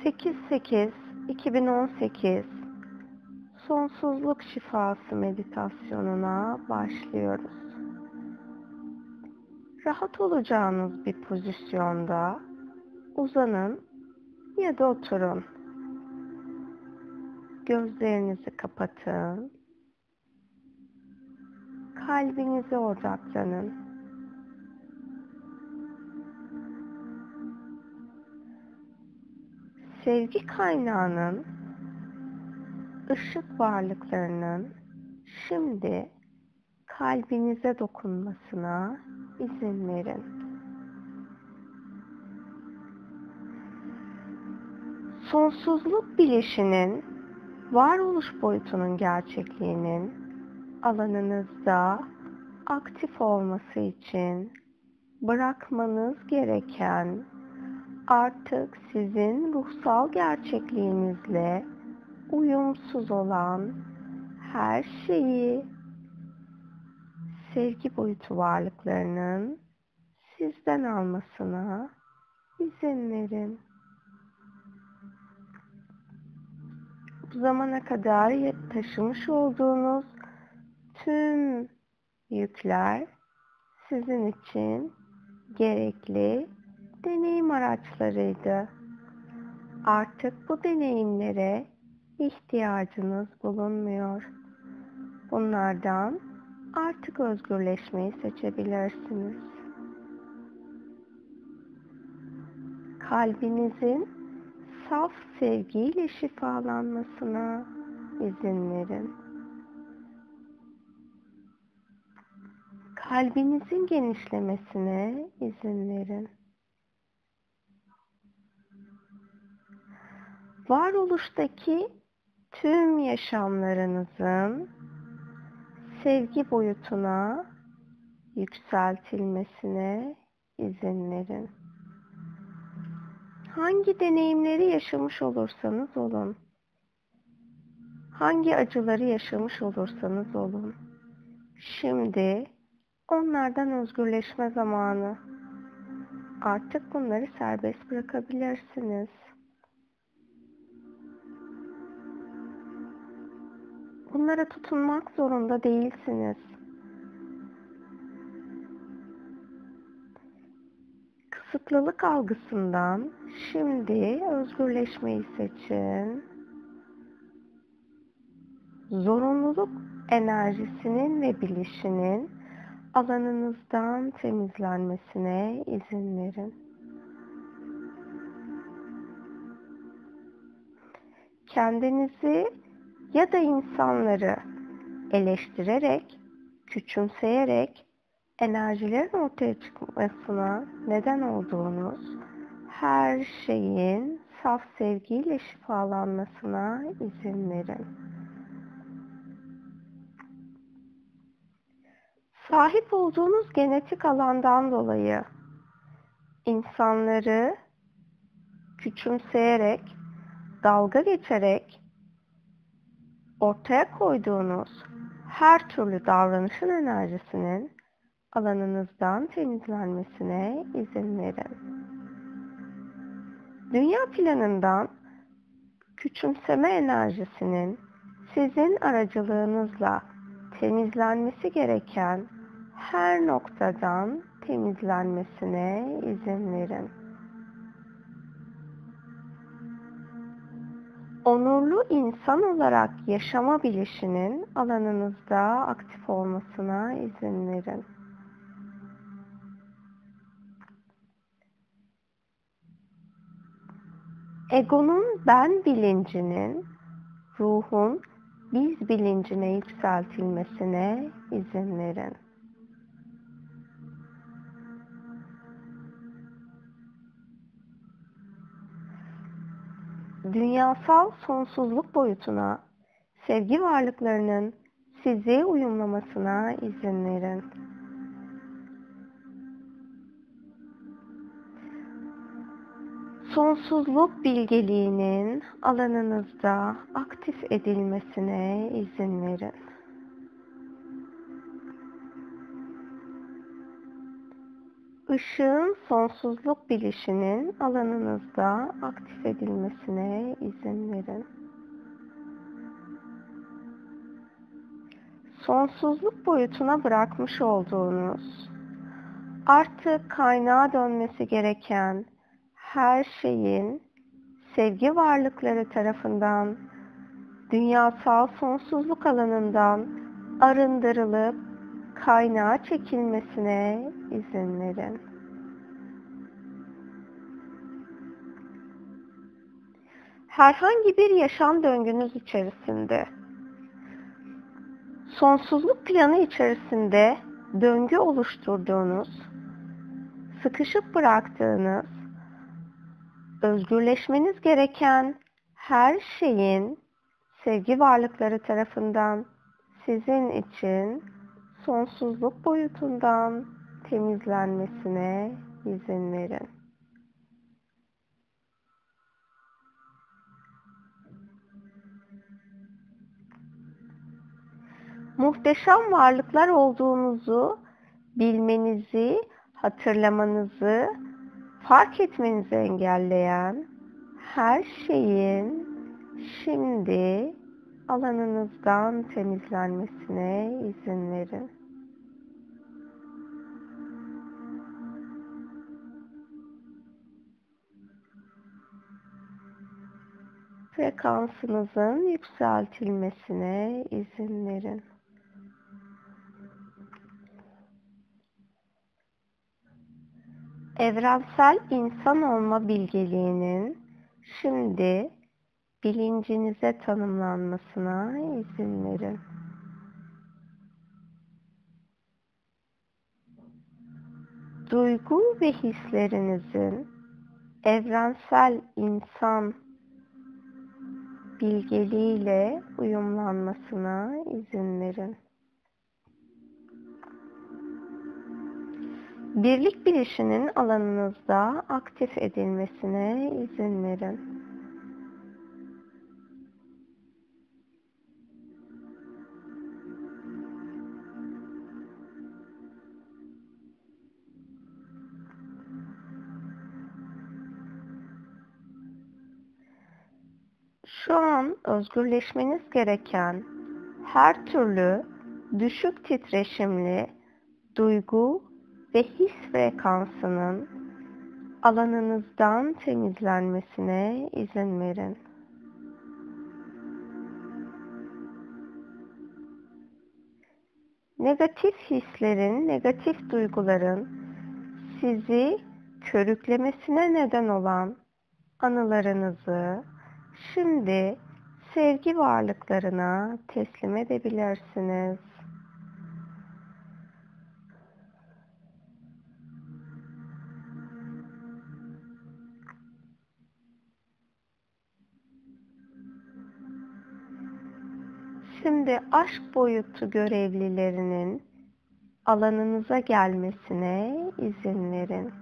8-8-2018 Sonsuzluk Şifası meditasyonuna başlıyoruz. Rahat olacağınız bir pozisyonda uzanın ya da oturun. Gözlerinizi kapatın. Kalbinize odaklanın. Sevgi kaynağının, ışık varlıklarının şimdi kalbinize dokunmasına izin verin. Sonsuzluk bilişinin, varoluş boyutunun gerçekliğinin alanınızda aktif olması için bırakmanız gereken, artık sizin ruhsal gerçekliğinizle uyumsuz olan her şeyi sevgi boyutu varlıklarının sizden almasına izin verin. Bu zamana kadar taşımış olduğunuz tüm yükler sizin için gerekli deneyim araçlarıydı. Artık bu deneyimlere ihtiyacınız bulunmuyor. Bunlardan artık özgürleşmeyi seçebilirsiniz. Kalbinizin saf sevgiyle şifalanmasına izin verin. Kalbinizin genişlemesine izin verin. Varoluştaki tüm yaşamlarınızın sevgi boyutuna yükseltilmesine izin verin. Hangi deneyimleri yaşamış olursanız olun, hangi acıları yaşamış olursanız olun, şimdi onlardan özgürleşme zamanı. Artık bunları serbest bırakabilirsiniz. Bunlara tutunmak zorunda değilsiniz. Kısıtlılık algısından şimdi özgürleşmeyi seçin. Zorunluluk enerjisinin ve bilişinin alanınızdan temizlenmesine izin verin. Kendinizi ya da insanları eleştirerek, küçümseyerek enerjilerin ortaya çıkmasına neden olduğunuz her şeyin saf sevgiyle şifalanmasına izin verin. Sahip olduğunuz genetik alandan dolayı insanları küçümseyerek, dalga geçerek ortaya koyduğunuz her türlü davranışın enerjisinin alanınızdan temizlenmesine izin verin. Dünya planından küçümseme enerjisinin sizin aracılığınızla temizlenmesi gereken her noktadan temizlenmesine izin verin. Onurlu insan olarak yaşama bilişinin alanınızda aktif olmasına izin verin. Egonun ben bilincinin, ruhun biz bilincine yükseltilmesine izin verin. Dünyasal sonsuzluk boyutuna sevgi varlıklarının sizi uyumlamasına izin verin. Sonsuzluk bilgeliğinin alanınızda aktif edilmesine izin verin. Işığın sonsuzluk bilişinin alanınızda aktif edilmesine izin verin. Sonsuzluk boyutuna bırakmış olduğunuz, artık kaynağa dönmesi gereken her şeyin sevgi varlıkları tarafından dünyasal sonsuzluk alanından arındırılıp kaynağa çekilmesine izin verin. Herhangi bir yaşam döngünüz içerisinde, sonsuzluk planı içerisinde döngü oluşturduğunuz, sıkışıp bıraktığınız, özgürleşmeniz gereken her şeyin sevgi varlıkları tarafından sizin için sonsuzluk boyutundan temizlenmesine izin verin. Muhteşem varlıklar olduğunuzu bilmenizi, hatırlamanızı, fark etmenizi engelleyen her şeyin şimdi alanınızdan temizlenmesine izin verin. Frekansınızın yükseltilmesine izin verin. Evrensel insan olma bilgeliğinin şimdi bilincinize tanımlanmasına izin verin. Duygu ve hislerinizin evrensel insan bilgeliğiyle uyumlanmasına izin verin. Birlik bilişinin alanınızda aktif edilmesine izin verin. Şu an özgürleşmeniz gereken her türlü düşük titreşimli duygu ve his frekansının alanınızdan temizlenmesine izin verin. Negatif hislerin, negatif duyguların sizi körüklemesine neden olan anılarınızı şimdi sevgi varlıklarına teslim edebilirsiniz. Şimdi aşk boyutu görevlilerinin alanınıza gelmesine izin verin.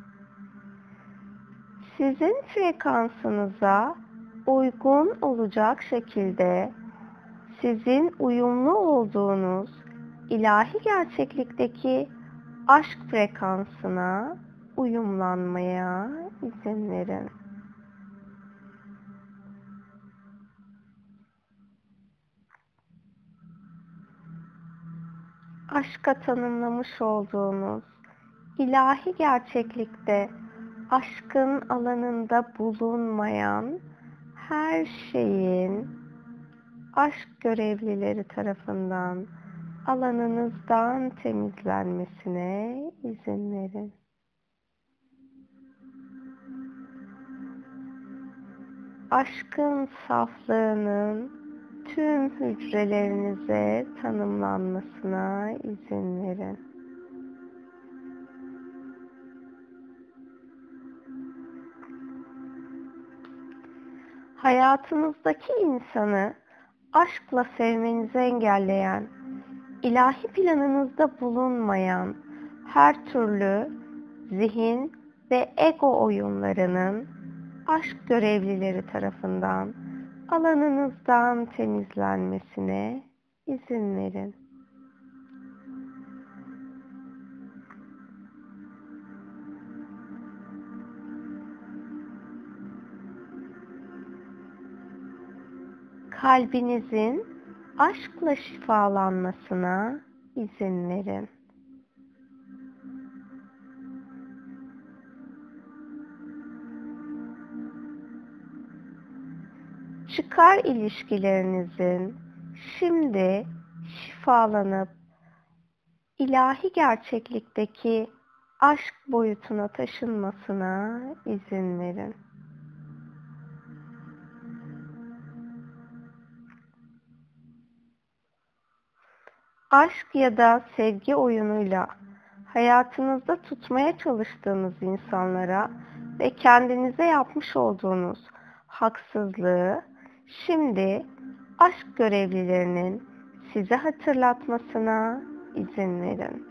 Sizin frekansınıza uygun olacak şekilde sizin uyumlu olduğunuz ilahi gerçeklikteki aşk frekansına uyumlanmaya izin verin. Aşka tanımlamış olduğunuz ilahi gerçeklikte aşkın alanında bulunmayan her şeyin aşk görevlileri tarafından alanınızdan temizlenmesine izin verin. Aşkın saflığının tüm hücrelerinize tanımlanmasına izin verin. Hayatınızdaki insanı aşkla sevmenizi engelleyen, ilahi planınızda bulunmayan her türlü zihin ve ego oyunlarının aşk görevlileri tarafından alanınızdan temizlenmesine izin verin. kalbinizin aşkla şifalanmasına izin verin. Çıkar ilişkilerinizin şimdi şifalanıp ilahi gerçeklikteki aşk boyutuna taşınmasına izin verin. Aşk ya da sevgi oyunuyla hayatınızda tutmaya çalıştığınız insanlara ve kendinize yapmış olduğunuz haksızlığı şimdi aşk görevlilerinin size hatırlatmasına izin verin.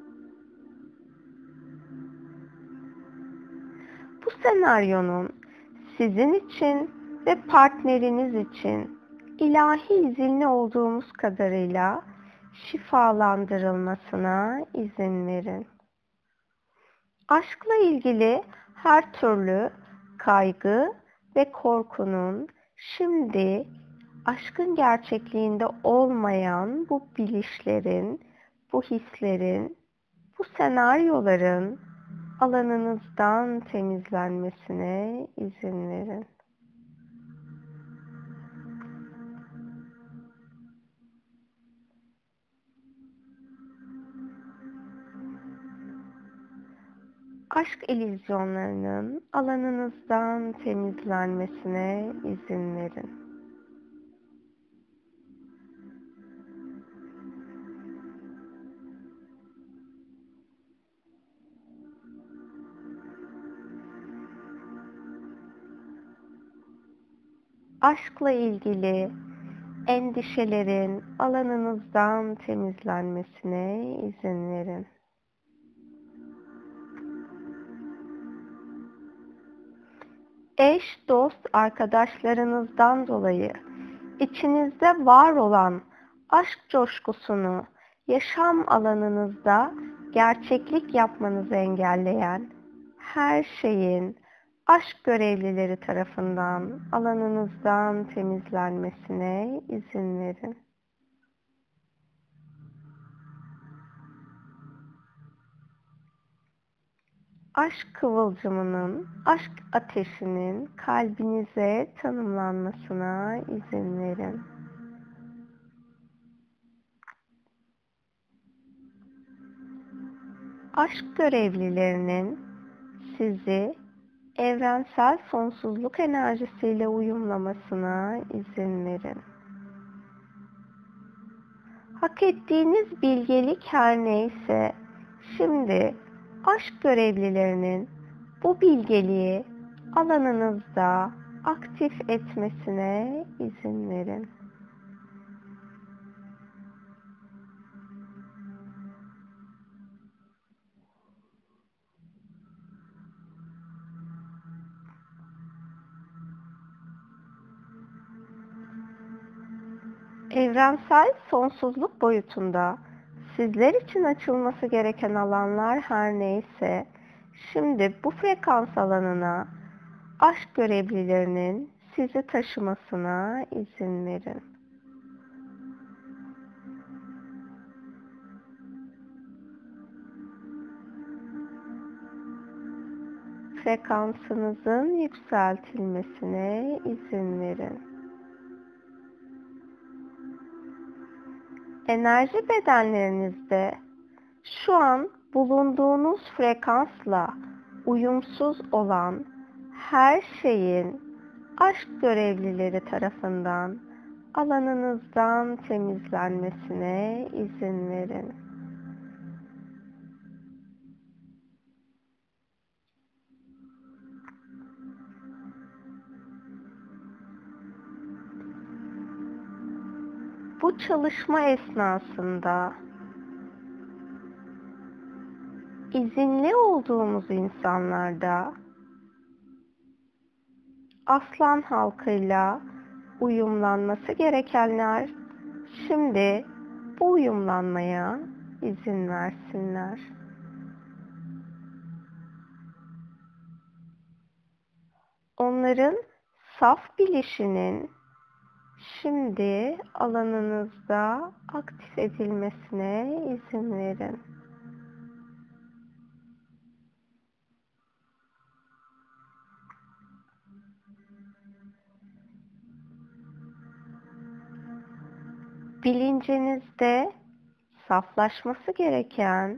Bu senaryonun sizin için ve partneriniz için ilahi izinli olduğumuz kadarıyla şifalandırılmasına izin verin. Aşkla ilgili her türlü kaygı ve korkunun şimdi aşkın gerçekliğinde olmayan bu bilişlerin, bu hislerin, bu senaryoların alanınızdan temizlenmesine izin verin. Aşk illüzyonlarının alanınızdan temizlenmesine izin verin. Aşkla ilgili endişelerin alanınızdan temizlenmesine izin verin. Eş, dost, arkadaşlarınızdan dolayı içinizde var olan aşk coşkusunu yaşam alanınızda gerçeklik yapmanızı engelleyen her şeyin aşk görevlileri tarafından alanınızdan temizlenmesine izin verin. Aşk kıvılcımının, aşk ateşinin kalbinize tanımlanmasına izin verin. Aşk görevlilerinin sizi evrensel sonsuzluk enerjisiyle uyumlamasına izin verin. Hak ettiğiniz bilgelik her neyse, şimdi aşk görevlilerinin bu bilgeliği alanınızda aktif etmesine izin verin. Evrensel sonsuzluk boyutunda sizler için açılması gereken alanlar her neyse, şimdi bu frekans alanına aşk görevlilerinin sizi taşımasına izin verin. Frekansınızın yükseltilmesine izin verin. Enerji bedenlerinizde şu an bulunduğunuz frekansla uyumsuz olan her şeyin aşk görevlileri tarafından alanınızdan temizlenmesine izin verin. Bu çalışma esnasında izinli olduğumuz insanlarda aslan halkıyla uyumlanması gerekenler şimdi bu uyumlanmaya izin versinler. Onların saf bilişinin Şimdi alanınızda aktif edilmesine izin verin. Bilincinizde saflaşması gereken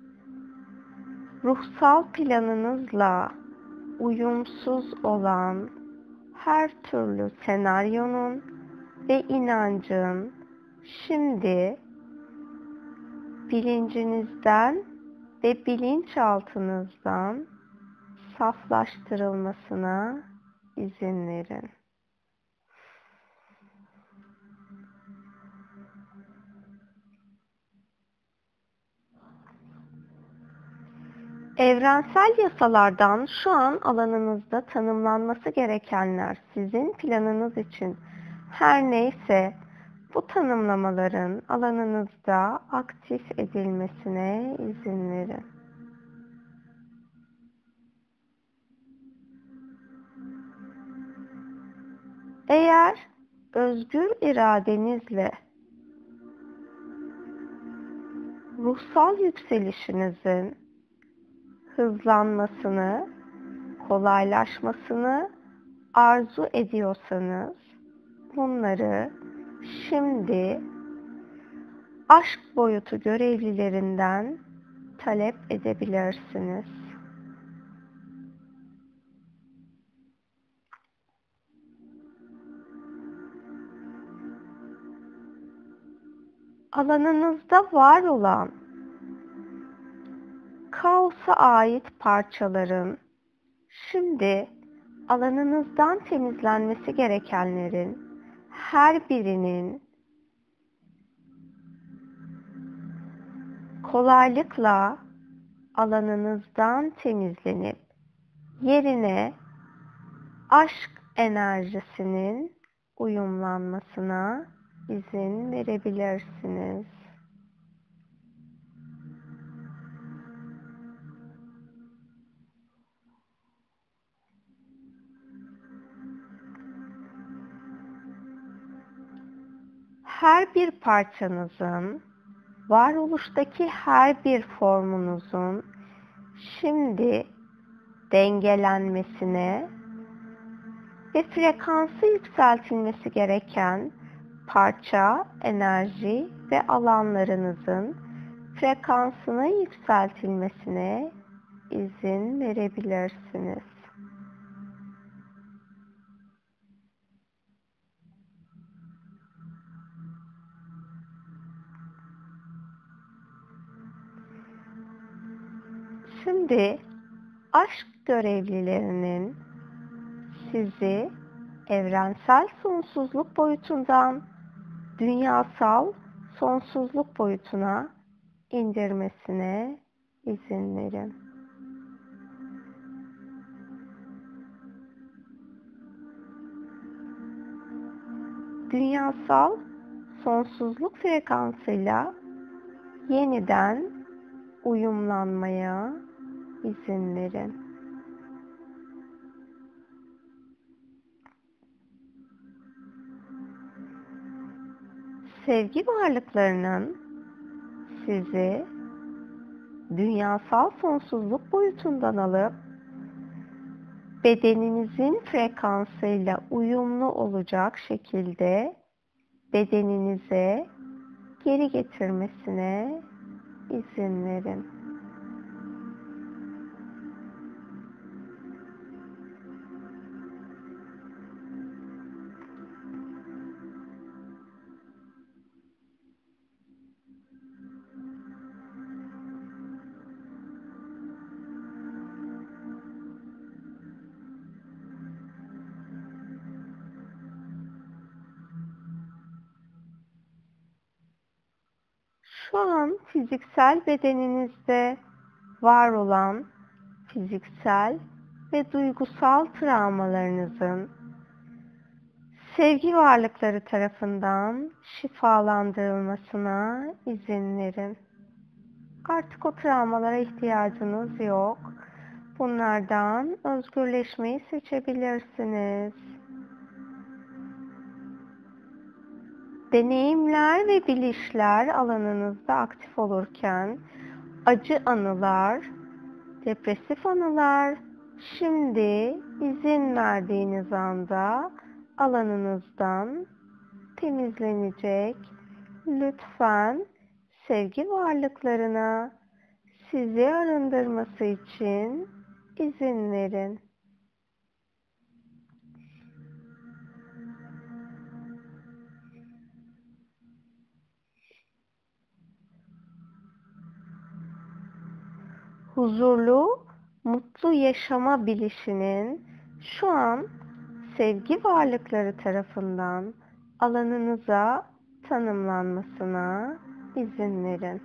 ruhsal planınızla uyumsuz olan her türlü senaryonun ve inancın şimdi bilincinizden ve bilinçaltınızdan saflaştırılmasına izin verin. Evrensel yasalardan şu an alanınızda tanımlanması gerekenler sizin planınız için her neyse bu tanımlamaların alanınızda aktif edilmesine izin verin. Eğer özgür iradenizle ruhsal yükselişinizin hızlanmasını, kolaylaşmasını arzu ediyorsanız bunları şimdi aşk boyutu görevlilerinden talep edebilirsiniz. Alanınızda var olan kaosa ait parçaların şimdi alanınızdan temizlenmesi gerekenlerin her birinin kolaylıkla alanınızdan temizlenip yerine aşk enerjisinin uyumlanmasına izin verebilirsiniz. Her bir parçanızın, varoluştaki her bir formunuzun şimdi dengelenmesine ve frekansı yükseltilmesi gereken parça, enerji ve alanlarınızın frekansını yükseltilmesine izin verebilirsiniz. Şimdi aşk görevlilerinin sizi evrensel sonsuzluk boyutundan dünyasal sonsuzluk boyutuna indirmesine izin verin. Dünyasal sonsuzluk frekansıyla yeniden uyumlanmaya izin verin. Sevgi varlıklarının sizi dünyasal sonsuzluk boyutundan alıp bedeninizin frekansıyla uyumlu olacak şekilde bedeninize geri getirmesine izin verin. Şu an fiziksel bedeninizde var olan fiziksel ve duygusal travmalarınızın sevgi varlıkları tarafından şifalandırılmasına izin verin. Artık o travmalara ihtiyacınız yok. Bunlardan özgürleşmeyi seçebilirsiniz. Deneyimler ve bilişler alanınızda aktif olurken acı anılar, depresif anılar şimdi izin verdiğiniz anda alanınızdan temizlenecek. Lütfen sevgi varlıklarına sizi arındırması için izin verin. Huzurlu, mutlu yaşama bilişinin şu an sevgi varlıkları tarafından alanınıza tanımlanmasına izin verin.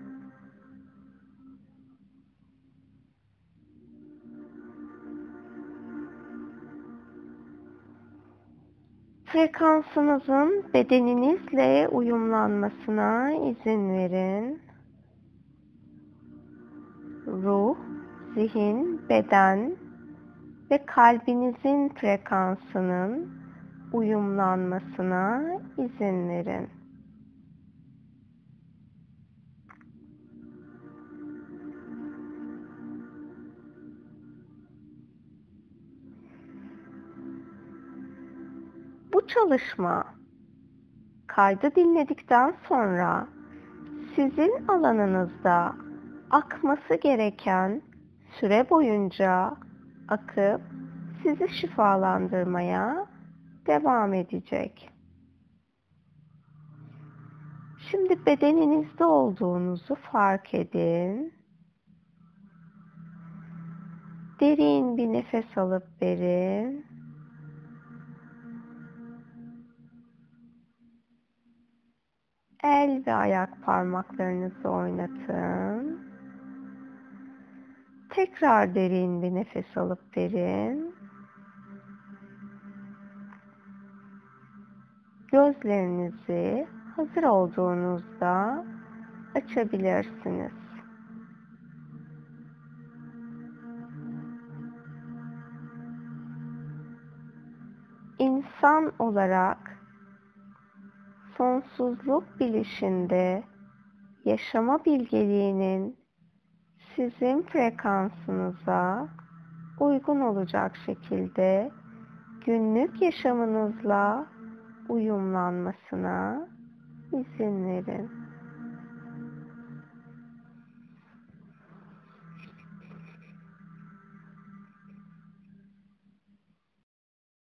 Frekansınızın bedeninizle uyumlanmasına izin verin. Ruh, zihin, beden ve kalbinizin frekansının uyumlanmasına izin verin. Bu çalışma kaydı dinledikten sonra sizin alanınızda akması gereken süre boyunca akıp sizi şifalandırmaya devam edecek. Şimdi bedeninizde olduğunuzu fark edin. Derin bir nefes alıp verin. El ve ayak parmaklarınızı oynatın. Tekrar derin bir nefes alıp verin. Gözlerinizi hazır olduğunuzda açabilirsiniz. İnsan olarak sonsuzluk bilişinde yaşama bilgeliğinin sizin frekansınıza uygun olacak şekilde günlük yaşamınızla uyumlanmasına izin verin.